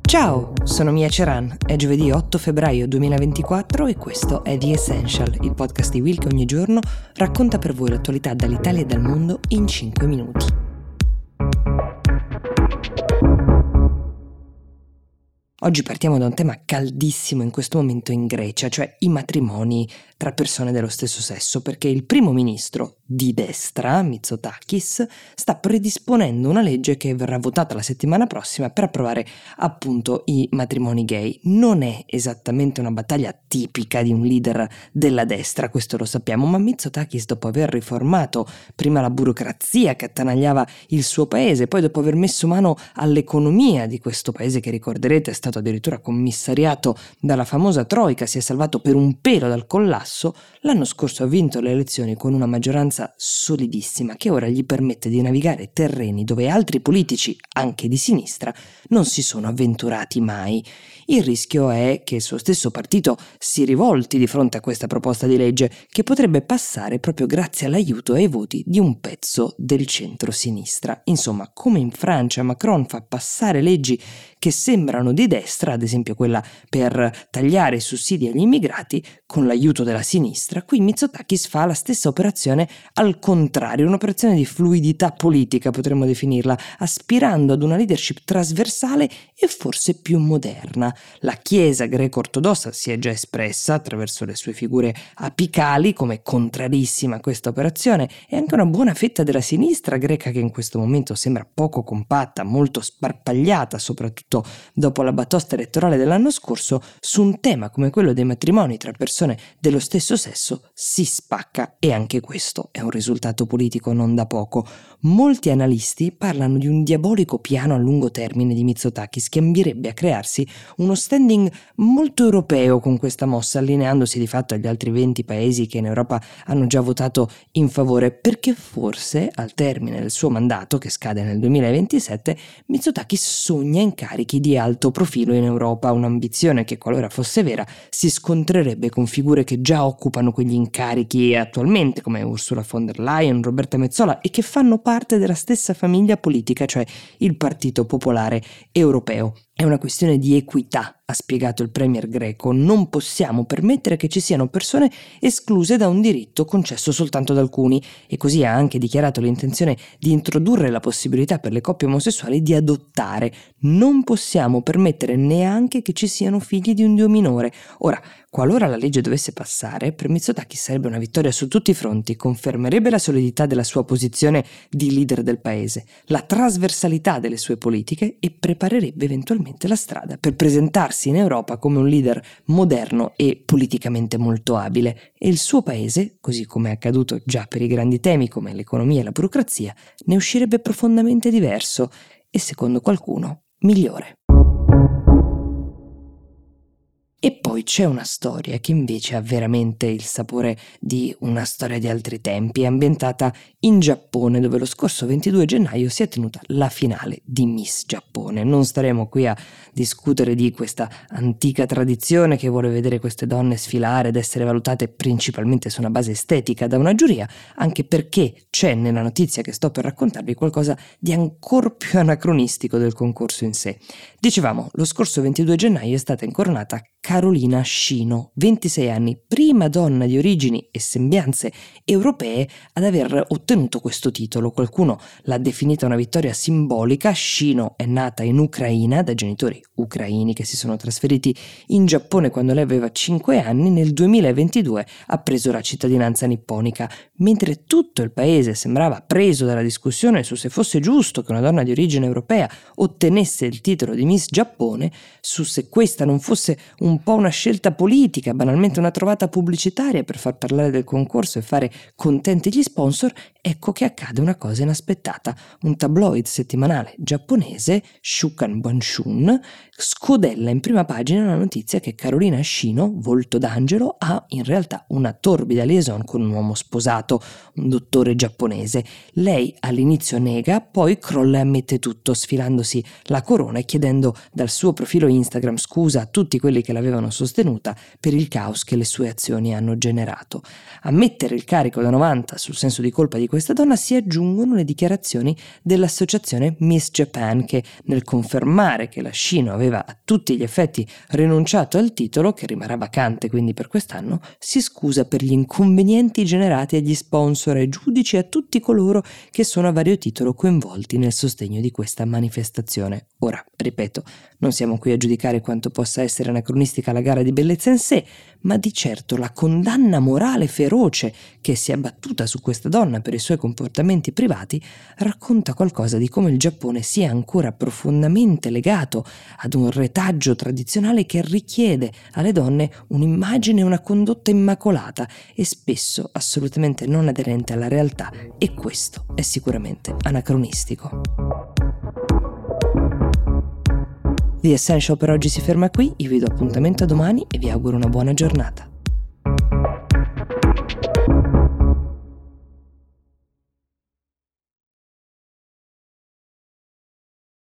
Ciao, sono Mia Ceran, è giovedì 8 febbraio 2024 e questo è The Essential, il podcast di Will che ogni giorno racconta per voi l'attualità dall'Italia e dal mondo in 5 minuti. Oggi partiamo da un tema caldissimo in questo momento in Grecia, cioè i matrimoni tra persone dello stesso sesso, perché il primo ministro di destra, Mitsotakis, sta predisponendo una legge che verrà votata la settimana prossima per approvare appunto i matrimoni gay. Non è esattamente una battaglia tipica di un leader della destra, questo lo sappiamo, ma Mitsotakis, dopo aver riformato prima la burocrazia che attanagliava il suo paese, poi dopo aver messo mano all'economia di questo paese che ricorderete è stato addirittura commissariato dalla famosa Troika, si è salvato per un pelo dal collasso, l'anno scorso ha vinto le elezioni con una maggioranza solidissima che ora gli permette di navigare terreni dove altri politici, anche di sinistra, non si sono avventurati mai. Il rischio è che il suo stesso partito si rivolti di fronte a questa proposta di legge che potrebbe passare proprio grazie all'aiuto e ai voti di un pezzo del centro-sinistra. Insomma, come in Francia Macron fa passare leggi che sembrano di destra, ad esempio quella per tagliare i sussidi agli immigrati con l'aiuto della sinistra, qui Mitsotakis fa la stessa operazione al contrario, un'operazione di fluidità politica potremmo definirla, aspirando ad una leadership trasversale e forse più moderna. La Chiesa greco-ortodossa si è già espressa attraverso le sue figure apicali come contrarissima a questa operazione e anche una buona fetta della sinistra greca che in questo momento sembra poco compatta, molto sparpagliata, soprattutto dopo la batosta elettorale dell'anno scorso, su un tema come quello dei matrimoni tra persone dello stesso sesso si spacca e anche questo è un risultato politico non da poco. Molti analisti parlano di un diabolico piano a lungo termine di Mitsotakis che ambierebbe a crearsi uno standing molto europeo con questa mossa, allineandosi di fatto agli altri 20 paesi che in Europa hanno già votato in favore, perché forse al termine del suo mandato, che scade nel 2027, Mitsotakis sogna incarichi di alto profilo in Europa, un'ambizione che, qualora fosse vera, si scontrerebbe con figure che già occupano quegli incarichi attualmente, come Ursula von der Leyen, Roberta Metsola, e che fanno parte della stessa famiglia politica, cioè il Partito Popolare Europeo. È una questione di equità, ha spiegato il premier greco. Non possiamo permettere che ci siano persone escluse da un diritto concesso soltanto ad alcuni, e così ha anche dichiarato l'intenzione di introdurre la possibilità per le coppie omosessuali di adottare. Non possiamo permettere neanche che ci siano figli di un dio minore. Ora, qualora la legge dovesse passare, per Mitsotakis sarebbe una vittoria su tutti i fronti, confermerebbe la solidità della sua posizione di leader del paese, la trasversalità delle sue politiche e preparerebbe eventualmente la strada per presentarsi in Europa come un leader moderno e politicamente molto abile. E il suo paese, così come è accaduto già per i grandi temi come l'economia e la burocrazia, ne uscirebbe profondamente diverso e, secondo qualcuno, migliore. E poi c'è una storia che invece ha veramente il sapore di una storia di altri tempi, è ambientata in Giappone, dove lo scorso 22 gennaio si è tenuta la finale di Miss Giappone. Non staremo qui a discutere di questa antica tradizione che vuole vedere queste donne sfilare ed essere valutate principalmente su una base estetica da una giuria, anche perché c'è nella notizia che sto per raccontarvi qualcosa di ancor più anacronistico del concorso in sé. Dicevamo, lo scorso 22 gennaio è stata incoronata Carolina Scino, 26 anni, prima donna di origini e sembianze europee ad aver ottenuto questo titolo. Qualcuno l'ha definita una vittoria simbolica. Scino è nata in Ucraina da genitori ucraini che si sono trasferiti in Giappone quando lei aveva 5 anni. Nel 2022 ha preso la cittadinanza nipponica. Mentre tutto il paese sembrava preso dalla discussione su se fosse giusto che una donna di origine europea ottenesse il titolo di Miss Giappone, su se questa non fosse un po' una scelta politica, banalmente una trovata pubblicitaria per far parlare del concorso e fare contenti gli sponsor, ecco che accade una cosa inaspettata. Un tabloid settimanale giapponese, Shukan Banshun, scodella in prima pagina la notizia che Carolina Scino, volto d'angelo, ha in realtà una torbida liaison con un uomo sposato, un dottore giapponese. Lei all'inizio nega, poi crolla e ammette tutto, sfilandosi la corona e chiedendo dal suo profilo Instagram scusa a tutti quelli che l'avevano sostenuta sostenuta per il caos che le sue azioni hanno generato. A mettere il carico da 90 sul senso di colpa di questa donna si aggiungono le dichiarazioni dell'associazione Miss Japan, che nel confermare che la Shino aveva a tutti gli effetti rinunciato al titolo, che rimarrà vacante quindi per quest'anno, si scusa per gli inconvenienti generati agli sponsor, ai giudici e a tutti coloro che sono a vario titolo coinvolti nel sostegno di questa manifestazione. Ora, ripeto, non siamo qui a giudicare quanto possa essere anacronistica la gara di bellezza in sé, ma di certo la condanna morale feroce che si è abbattuta su questa donna per i suoi comportamenti privati racconta qualcosa di come il Giappone sia ancora profondamente legato ad un retaggio tradizionale che richiede alle donne un'immagine e una condotta immacolata e spesso assolutamente non aderente alla realtà, e questo è sicuramente anacronistico. The Essential per oggi si ferma qui, io vi do appuntamento a domani e vi auguro una buona giornata.